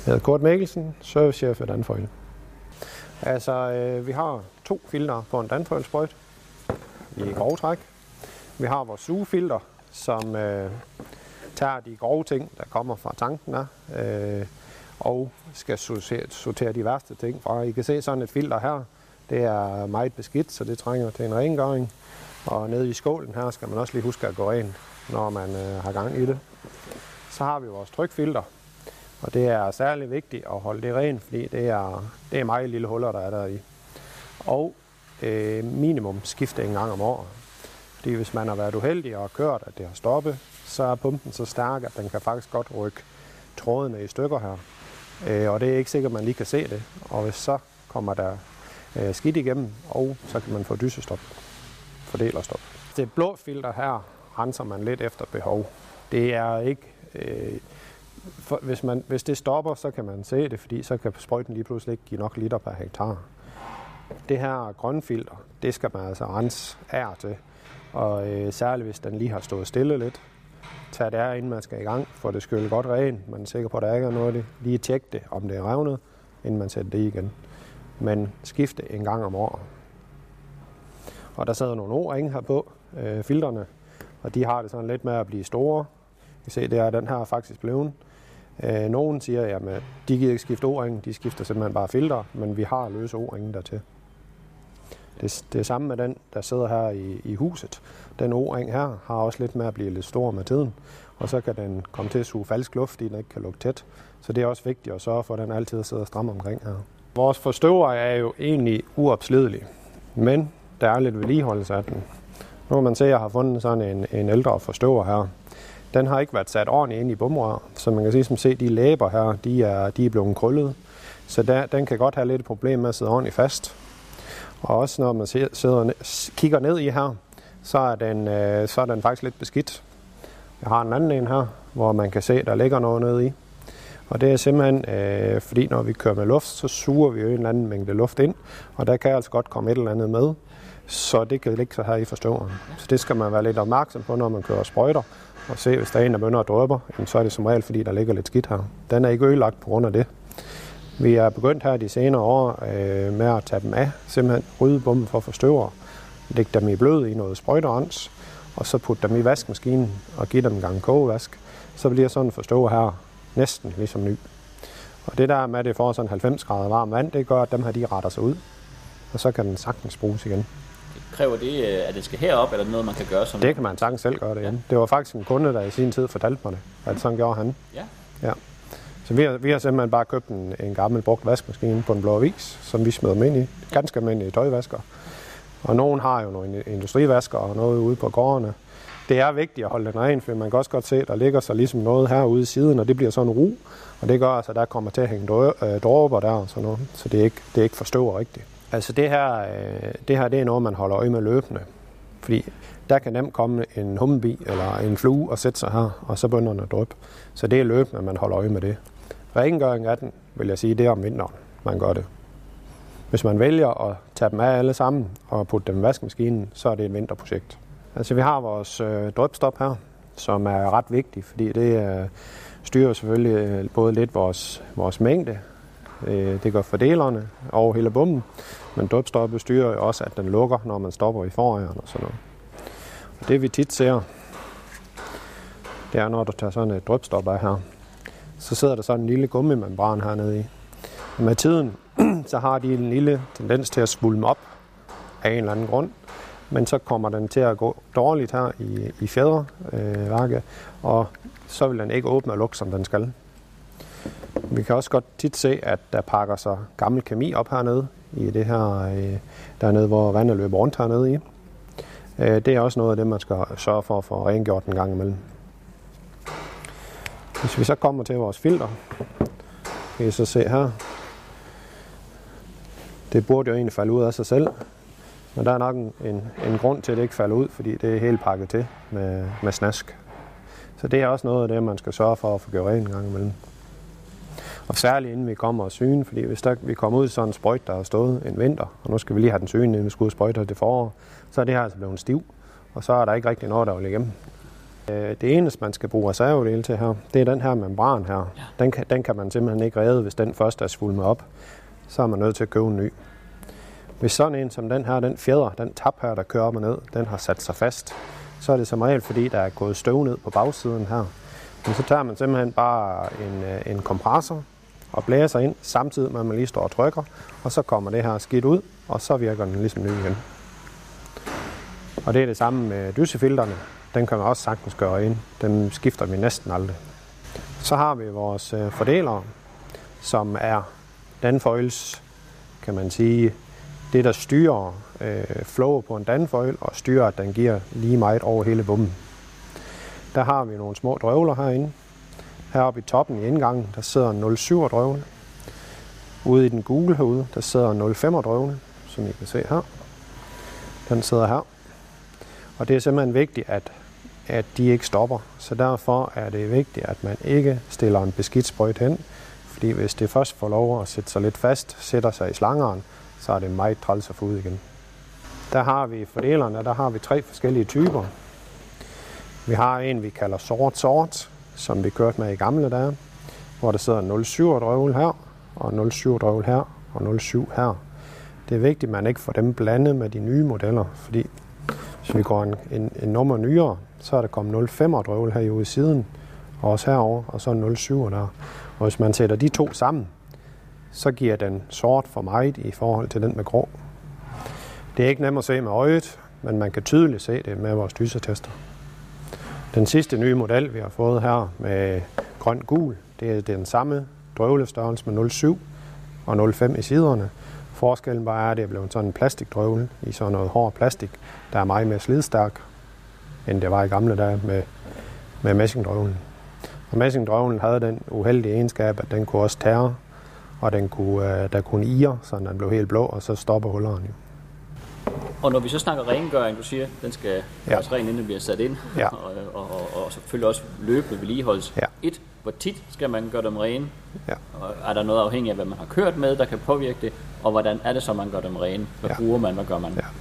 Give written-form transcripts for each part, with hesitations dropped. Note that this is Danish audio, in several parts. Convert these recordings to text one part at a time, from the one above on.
Jeg hedder Kurt Mikkelsen, servicechef ved Danfoil. Altså, vi har 2 filtre på en Danfoil-sprøjt i grove træk. Vi har vores sugefilter, som tager de grove ting, der kommer fra tanken af, og skal sortere de værste ting fra. I kan se sådan et filter her. Det er meget beskidt, så det trænger til en rengøring. Og nede i skålen her skal man også lige huske at gå rent, når man har gang i det. Så har vi vores trykfilter. Og det er særlig vigtigt at holde det rent, fordi det er meget lille huller, der er der i. Og minimum skifte en gang om året. Fordi hvis man har været uheldig og kørt, at det har stoppet, så er pumpen så stærk, at den kan faktisk godt rykke trådene i stykker her. Og det er ikke sikkert, at man lige kan se det. Og hvis så kommer der skidt igennem, og så kan man få dysestop, fordelerstop. Det blå filter her renser man lidt efter behov. Det er ikke... Hvis det stopper, så kan man se det, fordi så kan sprøjten lige pludselig ikke give nok liter per hektar. Det her grønne filter, det skal man altså rense af til. Og særligt hvis den lige har stået stille lidt. Tag det af, inden man skal i gang. Få det skyllet godt rent. Man er sikker på, at der ikke er noget af det. Lige tjek det, om det er revnet, inden man sætter det i igen. Men skift det en gang om året. Og der sidder nogle O-ringe her på, filterne. Og de har det sådan lidt med at blive store. I kan se, det er den her faktisk blevet. Nogen siger, at de giver ikke skifte O-ringe, de skifter simpelthen bare filter, men vi har løse O-ringe dertil. Det er samme med den, der sidder her i huset. Den O-ring her har også lidt med at blive lidt stor med tiden, og så kan den komme til at suge falsk luft, fordi den ikke kan lukke tæt. Så det er også vigtigt at sørge for, at den altid sidder stram omkring her. Vores forstøver er jo egentlig uopslidelig, men der er lidt vedligeholdelse af den. Nu kan man se, at jeg har fundet sådan en ældre forstøver her. Den har ikke været sat ordentligt ind i bumrør, så man kan se, at de læber her, de er blevet krøllet. Så den kan godt have lidt et problem med at sidde ordentligt fast. Og også når man kigger ned i her, så er den faktisk lidt beskidt. Jeg har en anden en her, hvor man kan se, at der ligger noget nede i. Og det er simpelthen, fordi når vi kører med luft, så suger vi jo en eller anden mængde luft ind. Og der kan altså godt komme et eller andet med. Så det kan ligge så her i forstøveren. Så det skal man være lidt opmærksom på, når man kører sprøjter. Og se, hvis der er en, der begynder at drypper, så er det som regel, fordi der ligger lidt skidt her. Den er ikke ødelagt på grund af det. Vi er begyndt her de senere år med at tage dem af, simpelthen rydde bomben for forstøvere, lægge dem i blød i noget sprøjterens, og så putte dem i vaskemaskinen og give dem en gang kogevask. Så bliver sådan en forstøver her næsten ligesom ny. Og det der med, at det får sådan 90 grader varmt vand, det gør, at dem her de retter sig ud, og så kan den sagtens bruges igen. Kræver det, at det skal herop, eller noget, man kan gøre sådan? Det kan man sagtens selv gøre det igen. Det var faktisk en kunde, der i sin tid fortalte mig det, at sådan gjorde han. Ja. Så vi har simpelthen bare købt en gammel brugt vaskemaskine på en blå avis, som vi smider dem ind i. Ganske almindelige tøjvasker. Og nogen har jo nogle industrivasker og noget ude på gårdene. Det er vigtigt at holde den ren, for man kan også godt se, at der ligger så ligesom noget herude i siden, og det bliver sådan en ru. Og det gør altså, at der kommer til at hænge dråber der og sådan noget. Så det er ikke forstøver rigtigt. Altså det her det er noget, man holder øje med løbende. Fordi der kan nemt komme en humlebi eller en flue og sætte sig her, og så begynder den at dryppe. Så det er løbende, at man holder øje med det. Rengøring af den, vil jeg sige, det er om vinteren, man gør det. Hvis man vælger at tage dem af alle sammen og putte dem i vaskemaskinen, så er det et vinterprojekt. Altså vi har vores drypstop her, som er ret vigtigt, fordi det styrer selvfølgelig både lidt vores mængde. Det gør fordelerne over hele bomben, men drypstoppet styrer også, at den lukker, når man stopper i foræren og sådan noget. Og det vi tit ser, det er, når du tager sådan et drypstop af her, så sidder der sådan en lille gummimembran hernede i. Og med tiden, så har de en lille tendens til at svulme op af en eller anden grund, men så kommer den til at gå dårligt her i fjederværket, og så vil den ikke åbne og lukke, som den skal. Vi kan også godt tit se, at der pakker sig gammel kemi op hernede, i det her, dernede, hvor vandet løber rundt hernede i. Det er også noget af det, man skal sørge for at få rengjort en gang imellem. Hvis vi så kommer til vores filter, kan I så se her. Det burde jo egentlig falde ud af sig selv, men der er nok en grund til, at det ikke falder ud, fordi det er helt pakket til med snask. Så det er også noget af det, man skal sørge for at få gjort rent en gang imellem. Og særligt inden vi kommer og syne, fordi hvis vi kommer ud i sådan en sprøjt, der har stået en vinter, og nu skal vi lige have den syne, inden vi skal ud og sprøjte det forår, så er det her altså blevet stiv, og så er der ikke rigtig noget, der vil igennem. Det eneste, man skal bruge reservedele til her, det er den her membran her. Ja. Den kan man simpelthen ikke redde, hvis den først er svulmet op. Så er man nødt til at købe en ny. Hvis sådan en som den her, den fjeder, den tap her, der kører op og ned, den har sat sig fast, så er det som regel, fordi der er gået støv ned på bagsiden her. Men så tager man simpelthen bare en kompressor og blæser ind, samtidig med at man lige står og trykker, og så kommer det her skidt ud, og så virker den ligesom ny igen. Og det er det samme med dysefilterne. Den kan man også sagtens gøre ind. Dem skifter vi næsten aldrig. Så har vi vores fordelere, som er Danfoils, kan man sige, det der styrer flow på en Danfoil og styrer, at den giver lige meget over hele bomben. Der har vi nogle små drøvler herinde. Heroppe i toppen i indgangen, der sidder en 0,7 drøvle. Ude i den gule herude, der sidder en 0,5 drøvle, som I kan se her. Den sidder her. Og det er simpelthen vigtigt, at de ikke stopper. Så derfor er det vigtigt, at man ikke stiller en beskidt sprøjt hen. Fordi hvis det først får lov at sætte sig lidt fast, sætter sig i slangeren, så er det meget træls at få ud igen. Der har vi fordelerne, der har vi 3 forskellige typer. Vi har en, vi kalder sort, som vi kørte med i gamle dage, hvor der sidder 0,7 drøvle her, og 0,7 drøvle her, og 0,7 her. Det er vigtigt, at man ikke får dem blandet med de nye modeller, fordi hvis vi går en nummer nyere, så er der kommet 0,5 drøvle her ude i siden, og også herover, og så 0,7 der. Og hvis man sætter de to sammen, så giver den sort for meget i forhold til den med grå. Det er ikke nemt at se med øjet, men man kan tydeligt se det med vores dysetester. Den sidste nye model, vi har fået her med grøn-gul, det er den samme drøvlestørrelse med 0,7 og 0,5 i siderne. Forskellen bare er, at det er blevet sådan en plastikdrøvle i sådan noget hård plastik, der er meget mere slidstærk, end det var i gamle dage med messingdrøvlen. Og messingdrøvlen havde den uheldige egenskab, at den kunne også tære, og der kunne ire, så den blev helt blå, og så stopper hulleren jo. Og når vi så snakker rengøring, du siger, den skal gøres ren, inden den bliver sat ind, og selvfølgelig også løbende vedligeholdes. Ja. Hvor tit skal man gøre dem rene? Ja. Og er der noget afhængigt af, hvad man har kørt med, der kan påvirke det? Og hvordan er det så, man gør dem rene? Hvad bruger man? Hvad gør man? Ja.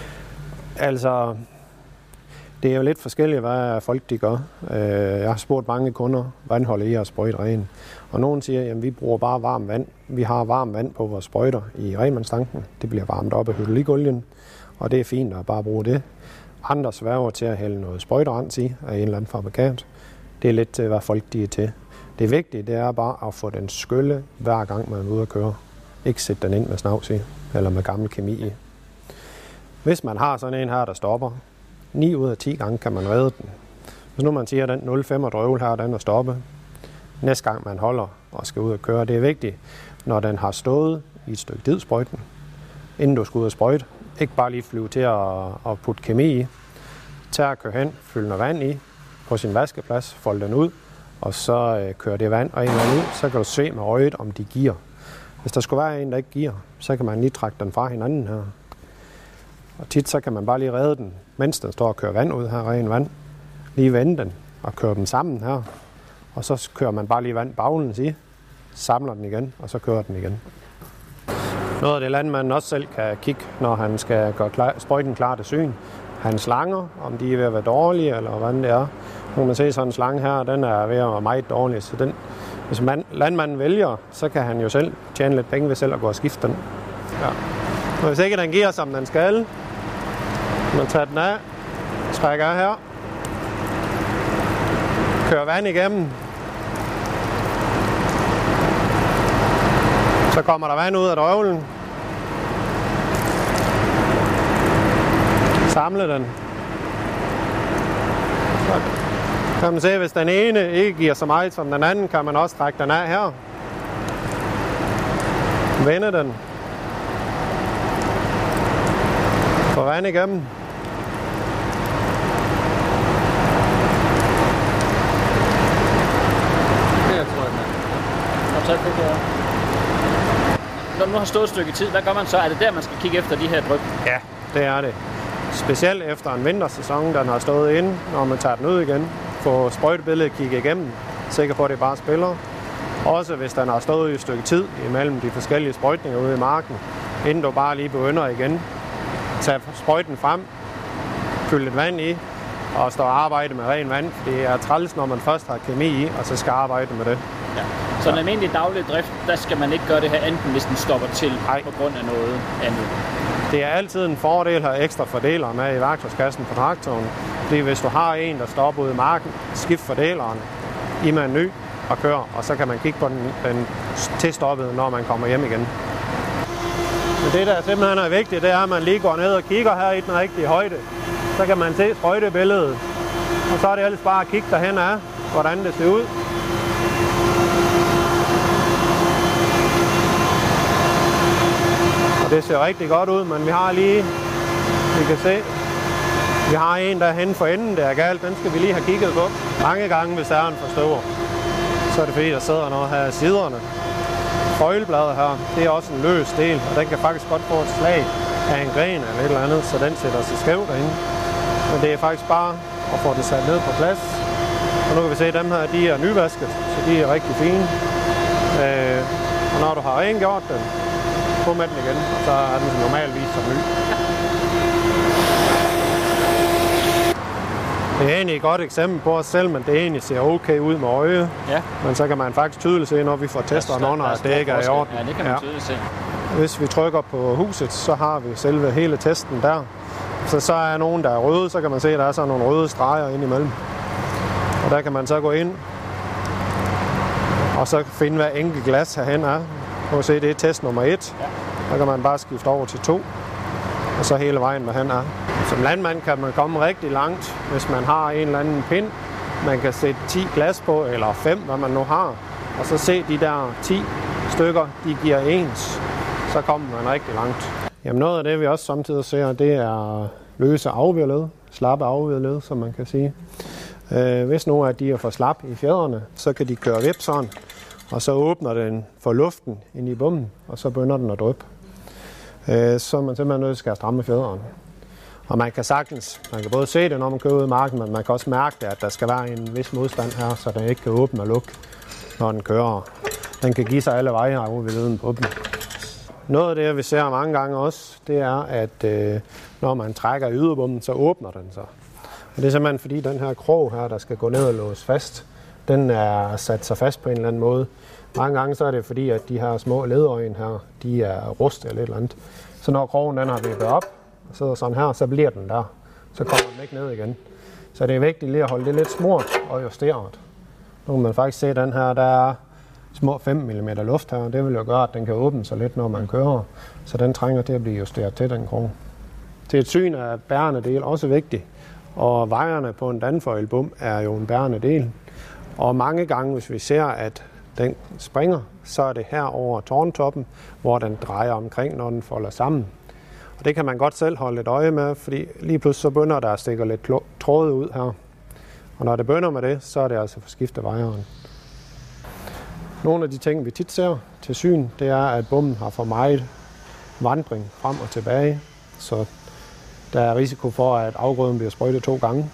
Altså, det er jo lidt forskelligt, hvad folk de gør. Jeg har spurgt mange kunder, hvordan holder I at sprøjte ren? Og nogen siger, at vi bruger bare varmt vand. Vi har varmt vand på vores sprøjter i renvandstanken. Det bliver varmet op af hydraulikolien, og det er fint at bare bruge det. Andre sværger til at hælde noget sprøjterens i af en eller anden fabrikant. Det er lidt til, hvad folk de er til. Det vigtige, det er bare at få den skylle hver gang, man er ude at køre. Ikke sætte den ind med snavs i, eller med gammel kemi i. Hvis man har sådan en her, der stopper, 9 ud af 10 gange kan man redde den. Hvis nu man siger, at den 0,5 drøvle her, den er stoppet, næste gang man holder og skal ud og køre, det er vigtigt, når den har stået i et stykke didsprøjten, inden du skal ud og sprøjte, ikke bare lige flyve til at putte kemi i. Tag og kør hen, fyld noget vand i på sin vaskeplads, fold den ud, og så kører det vand og en eller anden ud, så kan du se med øjet, om de giver. Hvis der skulle være en, der ikke giver, så kan man lige trække den fra hinanden her. Og tit så kan man bare lige redde den, mens den står og kører vand ud her, ren vand. Lige vende den og køre dem sammen her. Og så kører man bare lige vand baglæns i, samler den igen, og så kører den igen. Noget af det landmanden også selv kan kigge, når han skal gøre sprøjten klar til syn. Hans slanger, om de er ved at være dårlige, eller hvordan det er. Nu man se sådan en slange her, den er ved at være meget dårlig. Så den, hvis landmanden vælger, så kan han jo selv tjene lidt penge ved selv at gå og skifte den. Ja. Og hvis ikke den giver, som den skal, man tager den af, trækker af her, kører vand igennem, så kommer der vand ud af drøvlen, samle den. Så kan man se, hvis den ene ikke giver så meget som den anden, kan man også trække den af her, vende den, få vand igennem. Når du har stået et stykke tid, hvad gør man så? Er det der, man skal kigge efter de her dryp? Ja, det er det. Specielt efter en vintersæson, den har stået inde, når man tager den ud igen. Få sprøjtebilledet kigge igennem. Sikker på, at det bare spiller. Også hvis den har stået i et stykke tid imellem de forskellige sprøjtninger ude i marken. Inden du bare lige begynder igen. Tag sprøjten frem. Fyld lidt vand i. at stå og arbejde med ren vand. Det er træls, når man først har kemi i, og så skal arbejde med det. Ja. Så en almindelig daglig drift, der skal man ikke gøre det her enten, hvis den stopper til på grund af noget andet. Det er altid en fordel at have ekstra fordelere med i værktøjskassen på traktoren. Fordi hvis du har en, der står ude i marken, skift fordeleren i med en ny og kører, og så kan man kigge på den tilstoppede, når man kommer hjem igen. Men det, der simpelthen er vigtigt, det er, at man lige går ned og kigger her i den rigtige højde. Så kan man se sprøjtebilledet, og så er det ellers bare at kigge derhen af, hvordan det ser ud. Og det ser rigtig godt ud, men vi har lige, vi kan se, vi har en, der er henne for enden, det er galt, den skal vi lige have kigget på. Mange gange, hvis der er en forstøver, så er det fordi, der sidder noget her af siderne. Føjlebladet her, det er også en løs del, og den kan faktisk godt få et slag af en gren eller et eller andet, så den sætter sig skævt derinde. Men det er faktisk bare at få det sat ned på plads. Og nu kan vi se, at dem her, de er nyvasket, så de er rigtig fine. Og når du har rengjort den, på med den igen, og så er den normalvis som ny. Det er egentlig et godt eksempel på os selv, men det egentlig ser okay ud med øje. Ja. Men så kan man faktisk tydeligt se, når vi får testeren under, at det ikke er i orden. Ja, det kan man tydeligt se. Hvis vi trykker på huset, så har vi selve hele testen der. Så er nogen, der er røde, så kan man se, at der er sådan nogle røde streger ind imellem. Og der kan man så gå ind og så finde, hvad enkelt glas herhen er. Man kan se, det er test nummer 1. Ja. Der kan man bare skifte over til 2. Og så hele vejen, hvad han er. Som landmand kan man komme rigtig langt, hvis man har en eller anden pind. Man kan sætte 10 glas på, eller 5, hvad man nu har. Og så se de der 10 stykker, de giver ens. Så kommer man rigtig langt. Jamen noget af det, vi også samtidig ser, det er løse afvedled. Slappe afvedled, som man kan sige. Hvis nu at de er for slap i fjederne, så kan de køre vipseren. Og så åbner den for luften ind i bommen, og så begynder den at dryppe. Så er man simpelthen nødt til at stramme fjederen. Og man kan sagtens, man kan både se det, når man kører ud i marken, men man kan også mærke det, at der skal være en vis modstand her, så den ikke kan åbne og lukke, når den kører. Den kan give sig alle veje ude ved leden på den. Noget af det, vi ser mange gange også, det er, at når man trækker i yderbommen, så åbner den sig. Og det er simpelthen fordi, den her krog her, der skal gå ned og låse fast, den er sat sig fast på en eller anden måde. Mange gange så er det fordi, at de her små ledøjen her, de er rustet eller et eller andet. Så når krogen den har vippet op, og sidder sådan her, så bliver den der. Så kommer den ikke ned igen. Så det er vigtigt lige at holde det lidt smurt og justeret. Nu kan man faktisk se, at den her, der er små 5 mm luft her. Det vil jo gøre, at den kan åbne sig lidt, når man kører. Så den trænger til at blive justeret til den krog. Til et syn er bærende del også vigtigt. Og vejerne på en Danfoil-bom er jo en bærende del. Og mange gange, hvis vi ser, at den springer, så er det her over tårntoppen, hvor den drejer omkring, når den folder sammen. Og det kan man godt selv holde et øje med, fordi lige pludselig så begynder der at stikke lidt tråde ud her. Og når det begynder med det, så er det altså for skifte vejeren. Nogle af de ting, vi tit ser til syn, det er, at bommen har for meget vandring frem og tilbage. Så der er risiko for, at afgrøden bliver sprøjtet 2 gange.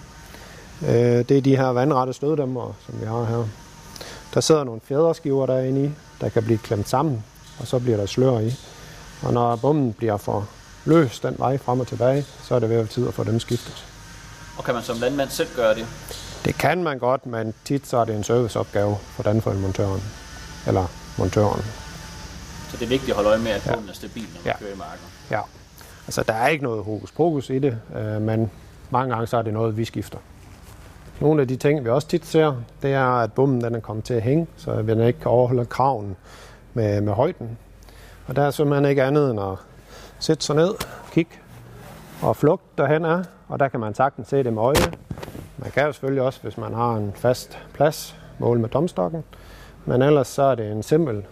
Det er de her vandrette støddæmmer, som vi har her. Der sidder nogle fjederskiver derinde i, der kan blive klemt sammen, og så bliver der slør i. Og når bommen bliver for løs den vej frem og tilbage, så er det ved at tid at få dem skiftet. Og kan man som landmand selv gøre det? Det kan man godt, men tit så er det en serviceopgave for Danfoil-montøren eller montøren. Så det er vigtigt at holde øje med, at bommen er stabil, når man kører i marken? Ja. Altså der er ikke noget hokus pokus i det, men mange gange så er det noget, vi skifter. Nogle af de ting, vi også tit ser, det er, at bommen den er kommet til at hænge, så den ikke overholder kraven med højden. Og der er simpelthen ikke andet end at sætte sig ned, kigge og flugte derhen af, og der kan man sagtens se det med øje. Man kan jo selvfølgelig også, hvis man har en fast plads, måle med domstokken, men ellers så er det en simpel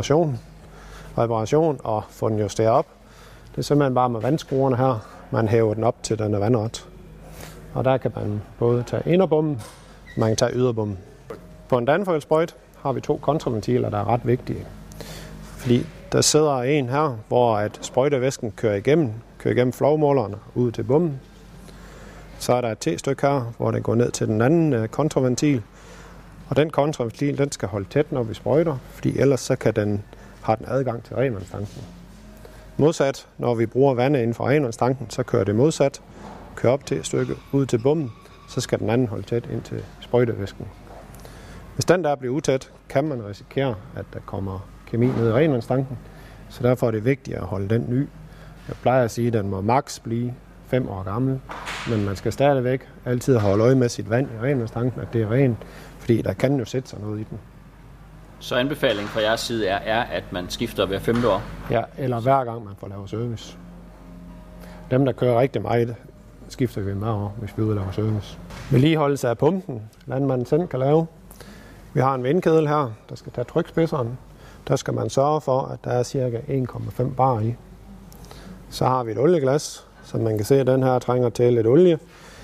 reparation og få den justeret op. Det er simpelthen bare med vandskruerne her, man hæver den op til den er vandret. Og der kan man både tage inderbommen, man kan tage yderbommen. På en Danfoil-sprøjt har vi 2 kontraventiler, der er ret vigtige. Fordi der sidder en her, hvor at sprøjtevæsken kører igennem flowmålerne ud til bommen. Så er der et T-stykke her, hvor det går ned til den anden kontraventil. Og den kontraventil, den skal holde tæt, når vi sprøjter, fordi ellers så har den adgang til renvandstanken. Modsat, når vi bruger vandet inden for renvandstanken, så kører det modsat. Kører op til et stykke ud til bommen, så skal den anden holde tæt ind til sprøjtevæsken. Hvis den der bliver utæt, kan man risikere, at der kommer kemi ned i renvandstanken, så derfor er det vigtigt at holde den ny. Jeg plejer at sige, at den må maks blive 5 år gammel, men man skal stadigvæk altid holde øje med sit vand i renvandstanken, at det er rent, fordi der kan jo sætte sig noget i den. Så anbefalingen fra jeres side er, at man skifter hver 5. år? Ja, eller hver gang man får lavet service. Dem, der kører rigtig meget, skifter vi hver år, hvis vi er ude og lave service. Vedligeholdelse af pumpen, landmanden selv kan lave. Vi har en vindkedel her, der skal tage trykspidserne. Der skal man sørge for, at der er ca. 1,5 bar i. Så har vi et olieglas, så man kan se, at den her trænger til lidt olie.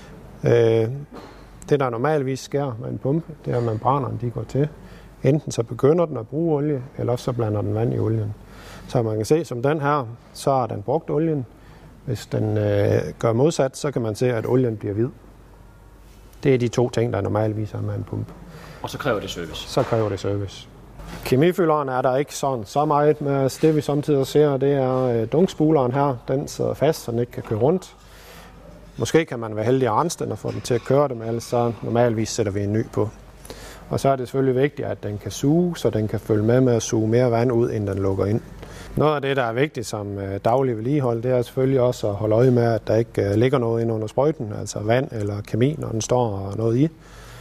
Det, der normalvis sker med en pumpe, det er, at membranerne de går til. Enten så begynder den at bruge olie, eller så blander den vand i olien. Så man kan se, som den her, så har den brugt olien. Hvis den gør modsat, så kan man se, at olien bliver hvid. Det er de 2 ting, der normalvis er med en pumpe. Og så kræver det service? Så kræver det service. Kemifylderen er der ikke så meget med. Det vi samtidig ser, det er dunkspuleren her. Den sidder fast, så den ikke kan køre rundt. Måske kan man være heldig at rense den og få den til at køre det, men ellers så normalvis sætter vi en ny på. Og så er det selvfølgelig vigtigt, at den kan suge, så den kan følge med at suge mere vand ud, end den lukker ind. Noget af det, der er vigtigt som daglig vedligehold, det er selvfølgelig også at holde øje med, at der ikke ligger noget inde under sprøjten, altså vand eller kemi, når den står noget i.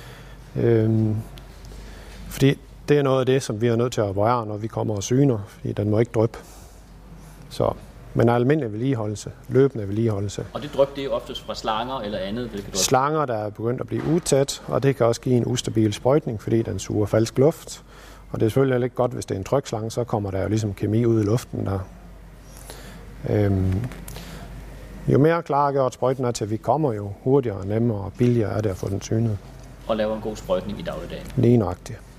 Fordi det er noget af det, som vi er nødt til at operere, når vi kommer og syner, fordi den må ikke dryppe. Men almindelig vedligeholdelse, løbende vedligeholdelse. Og det dryp, det er oftest fra slanger eller andet? Slanger, der er begyndt at blive utæt, og det kan også give en ustabil sprøjtning, fordi den suger falsk luft. Og det er selvfølgelig ikke godt, hvis det er en trykslange, så kommer der jo ligesom kemi ud i luften der. Jo mere klargjort sprøjten er til, vi kommer, jo hurtigere, nemmere og billigere er det at få den synet. Og laver en god sprøjtning i dagligdagen. Lige nøjagtigt.